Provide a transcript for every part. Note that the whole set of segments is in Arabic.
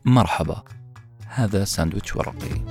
مرحبا، هذا ساندويتش ورقي.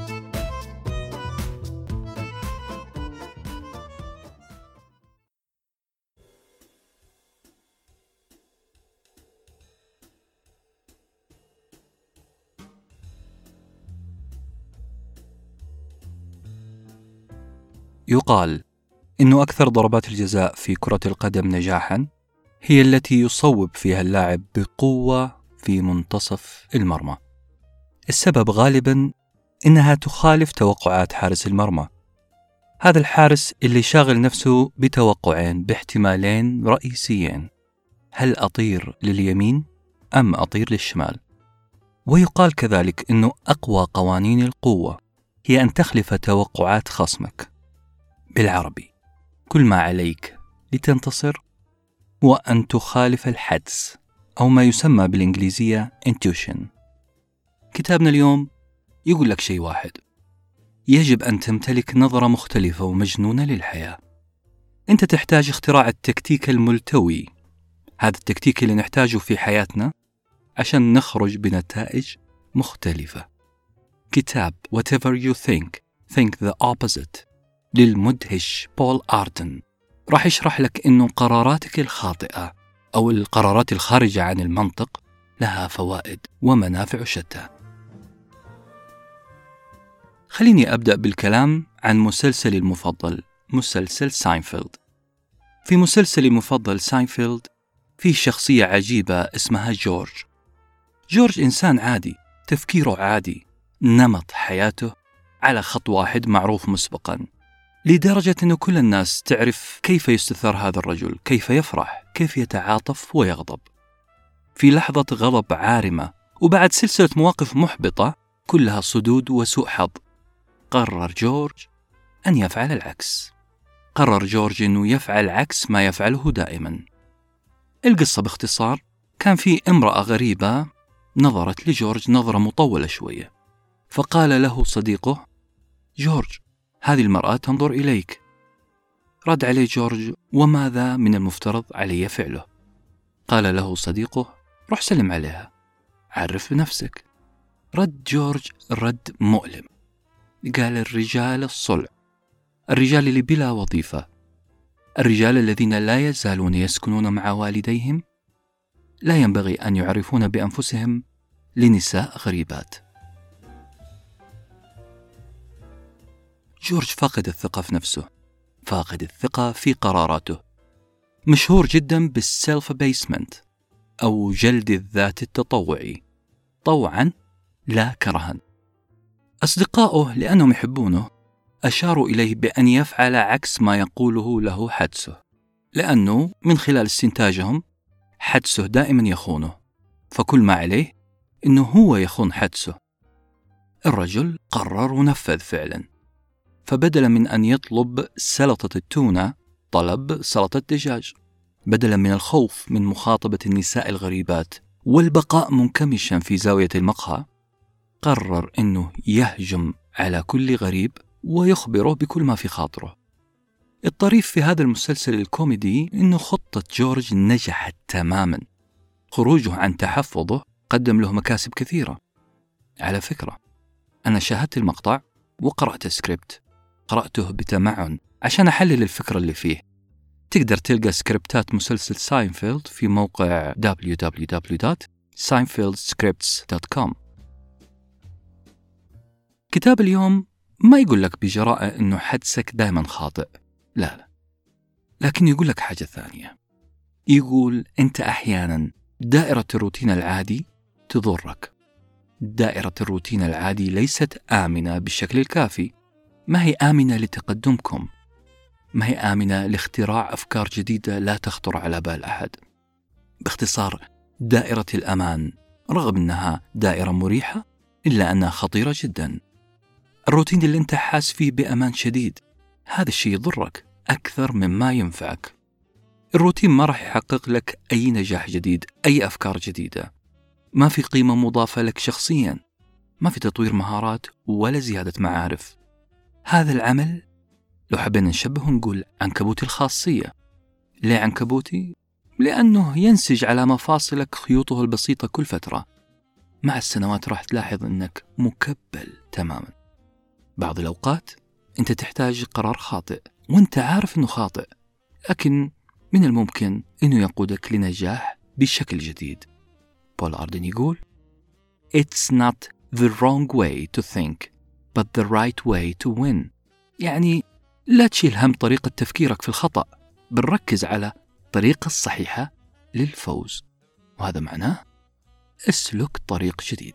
يقال إن أكثر ضربات الجزاء في كرة القدم نجاحاً هي التي يصوب فيها اللاعب بقوة في منتصف المرمى. السبب غالباً إنها تخالف توقعات حارس المرمى. هذا الحارس اللي شاغل نفسه بتوقعين باحتمالين رئيسيين: هل أطير لليمين أم أطير للشمال؟ ويقال كذلك إنه أقوى قوانين القوة هي أن تخلف توقعات خصمك. بالعربي، كل ما عليك لتنتصر هو أن تخالف الحدس، أو ما يسمى بالإنجليزية intuition. كتابنا اليوم يقول لك شيء واحد: يجب أن تمتلك نظرة مختلفة ومجنونة للحياة. أنت تحتاج اختراع التكتيك الملتوي، هذا التكتيك اللي نحتاجه في حياتنا عشان نخرج بنتائج مختلفة. كتاب Whatever You Think the Opposite للمدهش بول آرتن راح يشرح لك إنه قراراتك الخاطئة أو القرارات الخارجة عن المنطق لها فوائد ومنافع شتى. خليني أبدأ بالكلام عن مسلسلي المفضل، مسلسل ساينفيلد. في مسلسلي المفضل ساينفيلد في شخصية عجيبة اسمها جورج إنسان عادي، تفكيره عادي، نمط حياته على خط واحد معروف مسبقاً، لدرجة أنه كل الناس تعرف كيف يستثار هذا الرجل، كيف يفرح، كيف يتعاطف ويغضب. في لحظة غضب عارمة وبعد سلسلة مواقف محبطة كلها صدود وسوء حظ، قرر جورج أن يفعل العكس. قرر جورج أنه يفعل عكس ما يفعله دائما. القصة باختصار: كان في امرأة غريبة نظرت لجورج نظرة مطولة شوية، فقال له صديقه: جورج، هذه المرأة تنظر إليك. رد عليه جورج: وماذا من المفترض علي فعله؟ قال له صديقه: روح سلم عليها، عرف بنفسك. رد جورج رد مؤلم، قال: الرجال الصلع، الرجال اللي بلا وظيفة، الرجال الذين لا يزالون يسكنون مع والديهم، لا ينبغي أن يعرفون بأنفسهم لنساء غريبات. جورج فاقد الثقة في نفسه، فاقد الثقة في قراراته، مشهور جدا بالسيلف بيسمنت أو جلد الذات التطوعي، طوعا لا كرها. أصدقائه لأنهم يحبونه أشاروا إليه بأن يفعل عكس ما يقوله له حدسه، لأنه من خلال استنتاجهم حدسه دائما يخونه، فكل ما عليه إنه هو يخون حدسه. الرجل قرر ونفذ فعلا، فبدلا من أن يطلب سلطة التونة طلب سلطة دجاج. بدلا من الخوف من مخاطبة النساء الغريبات والبقاء منكمشا في زاوية المقهى، قرر أنه يهجم على كل غريب ويخبره بكل ما في خاطره. الطريف في هذا المسلسل الكوميدي أنه خطة جورج نجحت تماما. خروجه عن تحفظه قدم له مكاسب كثيرة. على فكرة، أنا شاهدت المقطع وقرأت سكريبت، قرأته بتمعن عشان أحلل الفكرة اللي فيه. تقدر تلقى سكريبتات مسلسل ساينفيلد في موقع www.seinfeldscripts.com. كتاب اليوم ما يقول لك بجراءة إنه حدسك دائما خاطئ، لا، لكن يقول لك حاجة ثانية. يقول أنت أحيانا دائرة الروتين العادي تضرك. دائرة الروتين العادي ليست آمنة بالشكل الكافي. ما هي آمنة لتقدمكم، ما هي آمنة لاختراع أفكار جديدة لا تخطر على بال أحد. باختصار، دائرة الأمان رغم أنها دائرة مريحة إلا أنها خطيرة جدا. الروتين اللي أنت حاس فيه بأمان شديد، هذا الشيء يضرك أكثر مما ينفعك. الروتين ما راح يحقق لك أي نجاح جديد، أي أفكار جديدة، ما في قيمة مضافة لك شخصيا، ما في تطوير مهارات ولا زيادة معارف. هذا العمل لو حبينا نشبه نقول عنكبوتي الخاصية. ليه عنكبوتي؟ لأنه ينسج على مفاصلك خيوطه البسيطة كل فترة. مع السنوات راح تلاحظ أنك مكبل تماما. بعض الأوقات أنت تحتاج قرار خاطئ وأنت عارف أنه خاطئ، لكن من الممكن أنه يقودك لنجاح بشكل جديد. بول أردن يقول It's not the wrong way to think but the right way to win. يعني لا تشيل هم طريقة تفكيرك في الخطأ، بل ركز على الطريقة الصحيحة للفوز، وهذا معناه اسلك طريق جديد.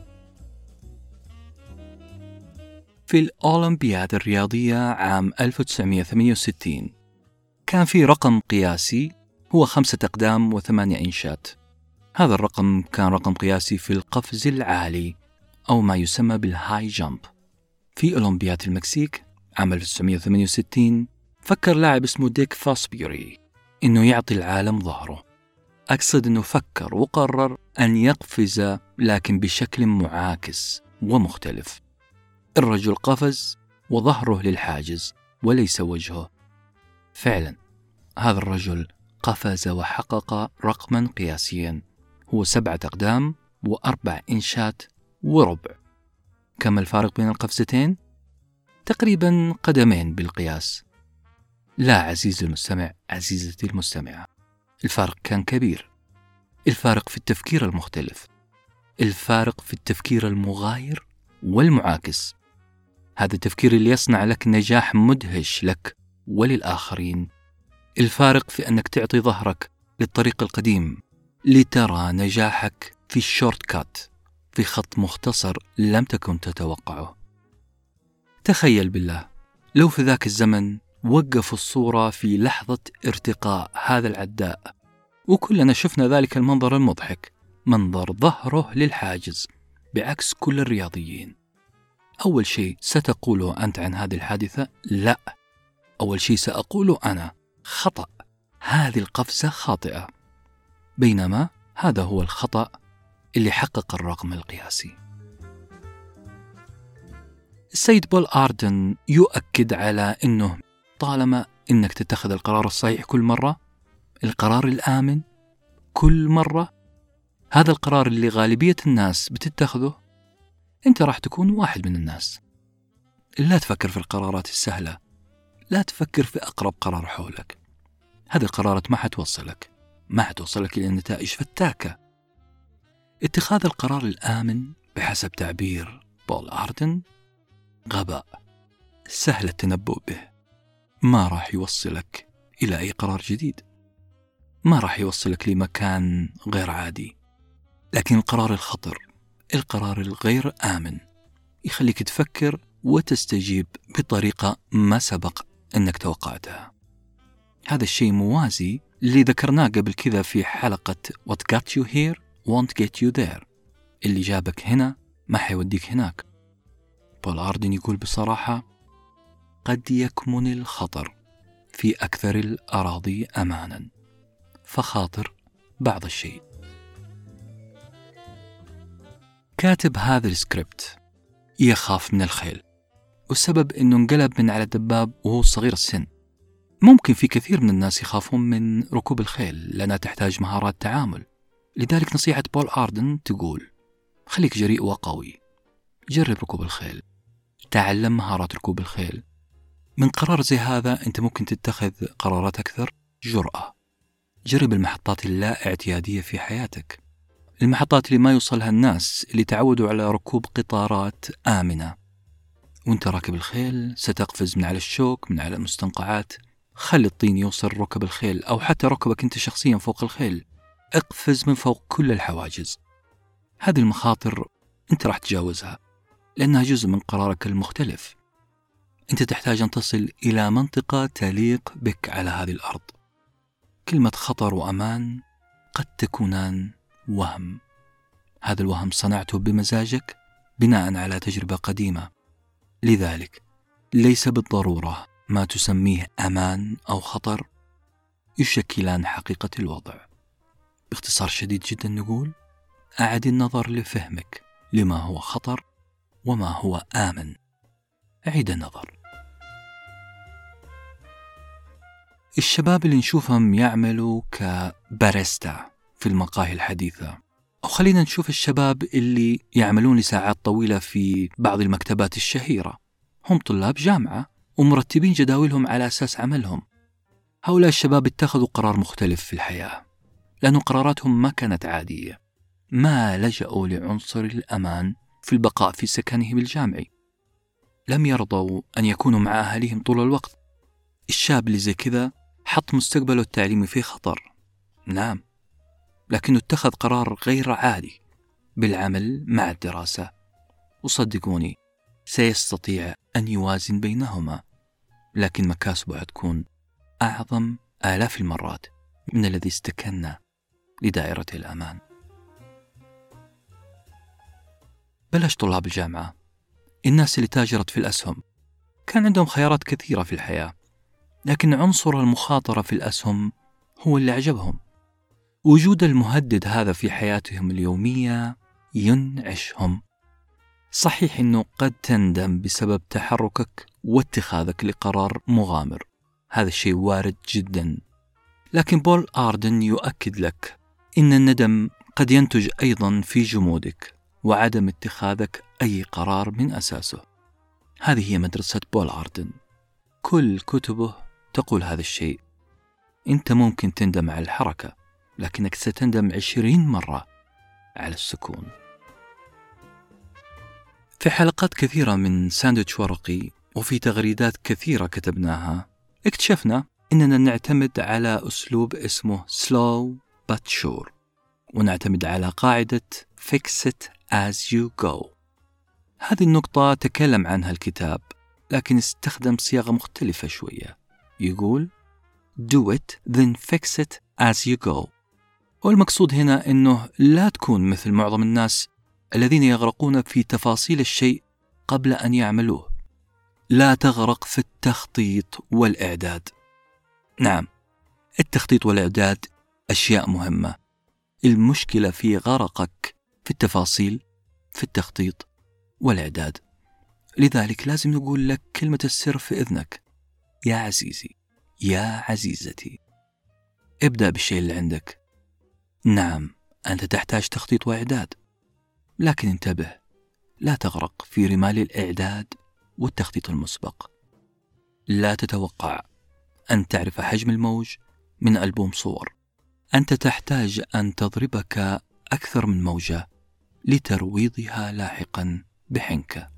في الأولمبياد الرياضية عام 1968 كان في رقم قياسي هو 5 أقدام و8 إنشات. هذا الرقم كان رقم قياسي في القفز العالي أو ما يسمى بالهاي جامب. في أولمبياد المكسيك عام 1968 فكر لاعب اسمه ديك فاسبيري إنه يعطي العالم ظهره. أقصد إنه فكر وقرر أن يقفز لكن بشكل معاكس ومختلف. الرجل قفز وظهره للحاجز وليس وجهه. فعلا هذا الرجل قفز وحقق رقما قياسيا هو 7 أقدام و4 إنشات وربع. كم الفارق بين القفزتين؟ تقريبا قدمين بالقياس. لا عزيزي المستمع، عزيزتي المستمعة، الفارق كان كبير. الفارق في التفكير المختلف، الفارق في التفكير المغاير والمعاكس. هذا التفكير اللي يصنع لك نجاح مدهش لك وللآخرين. الفارق في أنك تعطي ظهرك للطريق القديم لترى نجاحك في الشورت كات، في خط مختصر لم تكن تتوقعه. تخيل بالله لو في ذاك الزمن وقفوا الصورة في لحظة ارتقاء هذا العداء وكلنا شفنا ذلك المنظر المضحك، منظر ظهره للحاجز بعكس كل الرياضيين. أول شيء ستقوله أنت عن هذه الحادثة لا، أول شيء سأقوله أنا خطأ، هذه القفزة خاطئة، بينما هذا هو الخطأ اللي حقق الرقم القياسي. السيد بول أردن يؤكد على أنه طالما أنك تتخذ القرار الصحيح كل مرة، القرار الآمن كل مرة، هذا القرار اللي غالبية الناس بتتخذه، أنت راح تكون واحد من الناس. لا تفكر في القرارات السهلة، لا تفكر في أقرب قرار حولك. هذه القرارات ما حتوصلك إلى نتائج فتاكة. اتخاذ القرار الآمن بحسب تعبير بول أردن غباء سهل التنبؤ به، ما راح يوصلك إلى أي قرار جديد، ما راح يوصلك لمكان غير عادي. لكن القرار الخطر، القرار الغير آمن، يخليك تفكر وتستجيب بطريقة ما سبق أنك توقعتها. هذا الشيء موازي اللي ذكرناه قبل كذا في حلقة What got you here won't get you there. اللي جابك هنا ما حيوديك هناك. بول أردن يقول بصراحة قد يكمن الخطر في أكثر الأراضي أمانا، فخاطر بعض الشيء. كاتب هذا السكريبت يخاف من الخيل، والسبب أنه انقلب من على الدباب وهو صغير السن. ممكن في كثير من الناس يخافون من ركوب الخيل لأنها تحتاج مهارات تعامل. لذلك نصيحة بول أردن تقول خليك جريء وقوي، جرب ركوب الخيل، تعلم مهارات ركوب الخيل. من قرار زي هذا أنت ممكن تتخذ قرارات أكثر جرأة. جرب المحطات اللا اعتيادية في حياتك، المحطات اللي ما يوصلها الناس اللي تعودوا على ركوب قطارات آمنة. وانت راكب الخيل ستقفز من على الشوك، من على المستنقعات. خلي الطين يوصل ركب الخيل أو حتى ركبك انت شخصيا فوق الخيل، اقفز من فوق كل الحواجز. هذه المخاطر انت راح تجاوزها لأنها جزء من قرارك المختلف. انت تحتاج أن تصل إلى منطقة تليق بك على هذه الأرض. كلمة خطر وأمان قد تكونان وهم. هذا الوهم صنعته بمزاجك بناء على تجربة قديمة. لذلك ليس بالضرورة ما تسميه أمان أو خطر يشكلان حقيقة الوضع. باختصار شديد جدا نقول أعد النظر لفهمك لما هو خطر وما هو آمن. أعيد النظر. الشباب اللي نشوفهم يعملوا كباريستا في المقاهي الحديثة أو خلينا نشوف الشباب اللي يعملون لساعات طويلة في بعض المكتبات الشهيرة، هم طلاب جامعة ومرتبين جداولهم على أساس عملهم. هؤلاء الشباب اتخذوا قرار مختلف في الحياة، لأن قراراتهم ما كانت عادية. ما لجأوا لعنصر الأمان في البقاء في سكنهم الجامعي، لم يرضوا أن يكونوا مع أهاليهم طول الوقت. الشاب اللي زي كذا حط مستقبله التعليمي في خطر، نعم، لكنه اتخذ قرار غير عادي بالعمل مع الدراسة، وصدقوني سيستطيع أن يوازن بينهما، لكن مكاسبه تكون أعظم آلاف المرات من الذي استكن لدائرة الأمان. بلاش طلاب الجامعة، الناس اللي تاجرت في الأسهم كان عندهم خيارات كثيرة في الحياة، لكن عنصر المخاطرة في الأسهم هو اللي عجبهم. وجود المهدد هذا في حياتهم اليومية ينعشهم. صحيح أنه قد تندم بسبب تحركك واتخاذك لقرار مغامر، هذا الشيء وارد جدا، لكن بول آردن يؤكد لك إن الندم قد ينتج أيضا في جمودك وعدم اتخاذك أي قرار من أساسه. هذه هي مدرسة بول آردن، كل كتبه تقول هذا الشيء. أنت ممكن تندم على الحركة، لكنك ستندم 20 مرة على السكون. في حلقات كثيرة من ساندويتش ورقي وفي تغريدات كثيرة كتبناها اكتشفنا إننا نعتمد على أسلوب اسمه slow but sure، ونعتمد على قاعدة fix it as you go. هذه النقطة تكلم عنها الكتاب، لكن استخدم صياغة مختلفة شوية، يقول do it then fix it as you go. والمقصود هنا إنه لا تكون مثل معظم الناس الذين يغرقون في تفاصيل الشيء قبل أن يعملوه. لا تغرق في التخطيط والإعداد. نعم، التخطيط والإعداد أشياء مهمة، المشكلة في غرقك في التفاصيل، في التخطيط والإعداد. لذلك لازم نقول لك كلمة السر في إذنك: يا عزيزي، يا عزيزتي، ابدأ بالشيء اللي عندك. نعم، أنت تحتاج تخطيط وإعداد، لكن انتبه، لا تغرق في رمال الإعداد والتخطيط المسبق. لا تتوقع أن تعرف حجم الموج من ألبوم صور. أنت تحتاج أن تضربك أكثر من موجة لترويضها لاحقا بحنكة.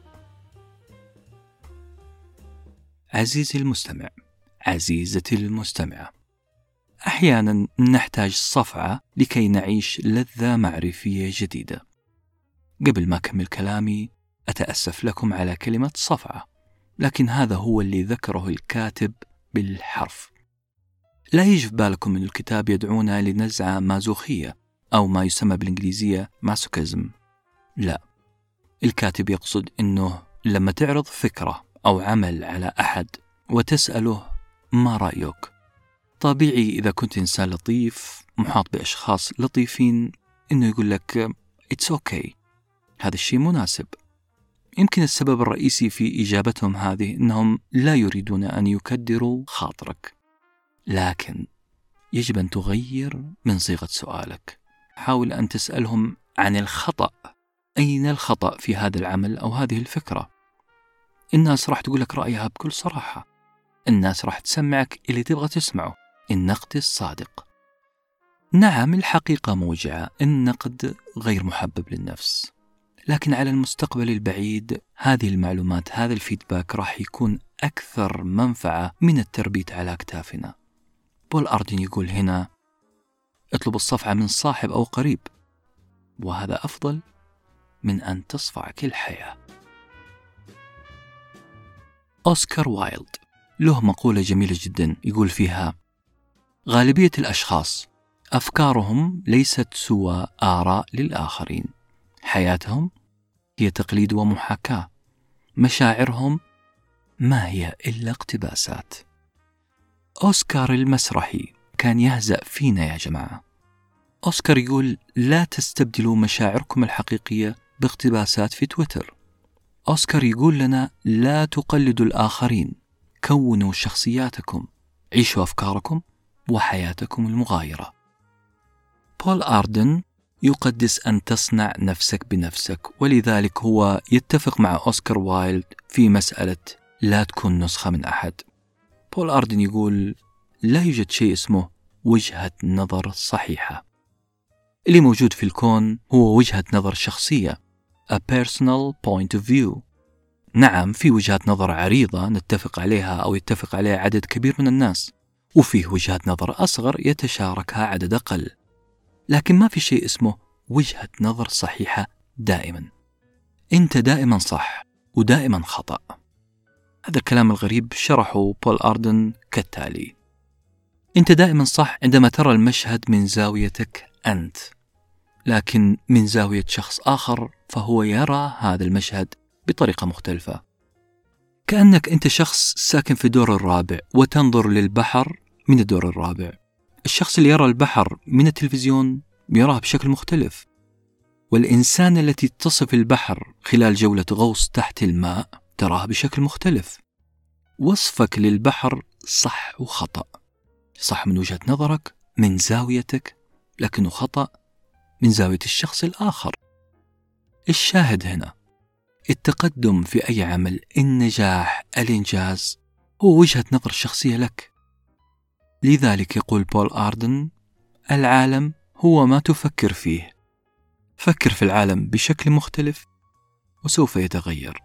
عزيزي المستمع، عزيزتي المستمعة، أحيانا نحتاج صفعة لكي نعيش لذة معرفية جديدة. قبل ما أكمل كلامي أتأسف لكم على كلمة صفعة، لكن هذا هو اللي ذكره الكاتب بالحرف. لا يجي في بالكم أن الكتاب يدعونا لنزعة مازوخية أو ما يسمى بالإنجليزية ماسوكيزم. لا، الكاتب يقصد أنه لما تعرض فكرة أو عمل على أحد وتسأله ما رأيك، طبيعي إذا كنت إنسان لطيف محاط بأشخاص لطيفين أنه يقول لك It's okay، هذا الشيء مناسب. يمكن السبب الرئيسي في إجابتهم هذه أنهم لا يريدون أن يكدروا خاطرك، لكن يجب أن تغير من صيغة سؤالك. حاول أن تسألهم عن الخطأ، أين الخطأ في هذا العمل أو هذه الفكرة. الناس راح تقول لك رأيها بكل صراحة، الناس راح تسمعك اللي تبغى تسمعه، النقد الصادق. نعم، الحقيقة موجعة، النقد غير محبب للنفس، لكن على المستقبل البعيد هذه المعلومات، هذا الفيدباك راح يكون أكثر منفعة من التربيت على أكتافنا. بول آردن يقول هنا: اطلب الصفعة من صاحب أو قريب، وهذا أفضل من أن تصفعك الحياة. أوسكار وايلد له مقولة جميلة جدا يقول فيها: غالبية الأشخاص أفكارهم ليست سوى آراء للآخرين، حياتهم هي تقليد ومحاكاة، مشاعرهم ما هي إلا اقتباسات. أوسكار المسرحي كان يهزأ فينا يا جماعة. أوسكار يقول: لا تستبدلوا مشاعركم الحقيقية باقتباسات في تويتر. أوسكار يقول لنا: لا تقلدوا الآخرين، كونوا شخصياتكم، عيشوا أفكاركم وحياتكم المغايرة. بول آردن يقدس أن تصنع نفسك بنفسك، ولذلك هو يتفق مع أوسكار وايلد في مسألة لا تكون نسخة من أحد. بول أردن يقول لا يوجد شيء اسمه وجهة نظر صحيحة. اللي موجود في الكون هو وجهة نظر شخصية، a personal point of view. نعم، في وجهات نظر عريضة نتفق عليها أو يتفق عليها عدد كبير من الناس، وفيه وجهات نظر أصغر يتشاركها عدد أقل، لكن ما في شيء اسمه وجهة نظر صحيحة دائما. أنت دائما صح ودائما خطأ. هذا الكلام الغريب شرحه بول أردن كالتالي: أنت دائما صح عندما ترى المشهد من زاويتك أنت، لكن من زاوية شخص آخر فهو يرى هذا المشهد بطريقة مختلفة. كأنك أنت شخص ساكن في الدور الرابع وتنظر للبحر من الدور الرابع. الشخص اللي يرى البحر من التلفزيون يراه بشكل مختلف، والإنسان التي تصف البحر خلال جولة غوص تحت الماء تراه بشكل مختلف. وصفك للبحر صح وخطأ، صح من وجهة نظرك من زاويتك، لكنه خطأ من زاوية الشخص الآخر. الشاهد هنا التقدم في أي عمل، النجاح، الإنجاز هو وجهة نظر شخصية لك. لذلك يقول بول أردن العالم هو ما تفكر فيه. فكر في العالم بشكل مختلف وسوف يتغير.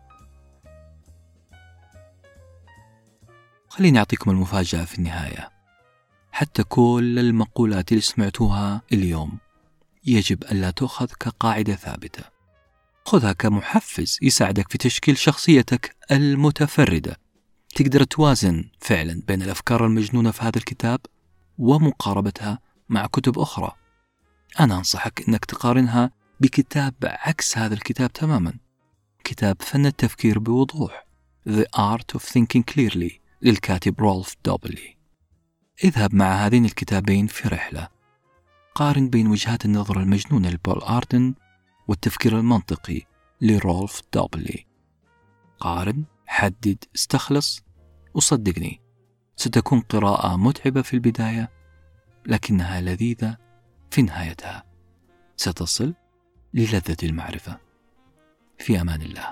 خليني أعطيكم المفاجأة في النهاية. حتى كل المقولات اللي سمعتوها اليوم يجب ألا تأخذ كقاعدة ثابتة. خذها كمحفز يساعدك في تشكيل شخصيتك المتفردة. تقدر توازن فعلا بين الأفكار المجنونة في هذا الكتاب ومقاربتها مع كتب أخرى. أنا أنصحك أنك تقارنها بكتاب عكس هذا الكتاب تماما، كتاب فن التفكير بوضوح The Art of Thinking Clearly للكاتب رولف دوبلي. اذهب مع هذين الكتابين في رحلة. قارن بين وجهات النظر المجنونة لبول أردن والتفكير المنطقي لرولف دوبلي. قارن، حدد، استخلص، وصدقني ستكون قراءة متعبة في البداية لكنها لذيذة في نهايتها. ستصل للذة المعرفة. في أمان الله.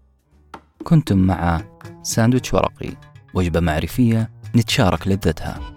كنتم مع ساندويتش ورقي، وجبة معرفية نتشارك لذتها.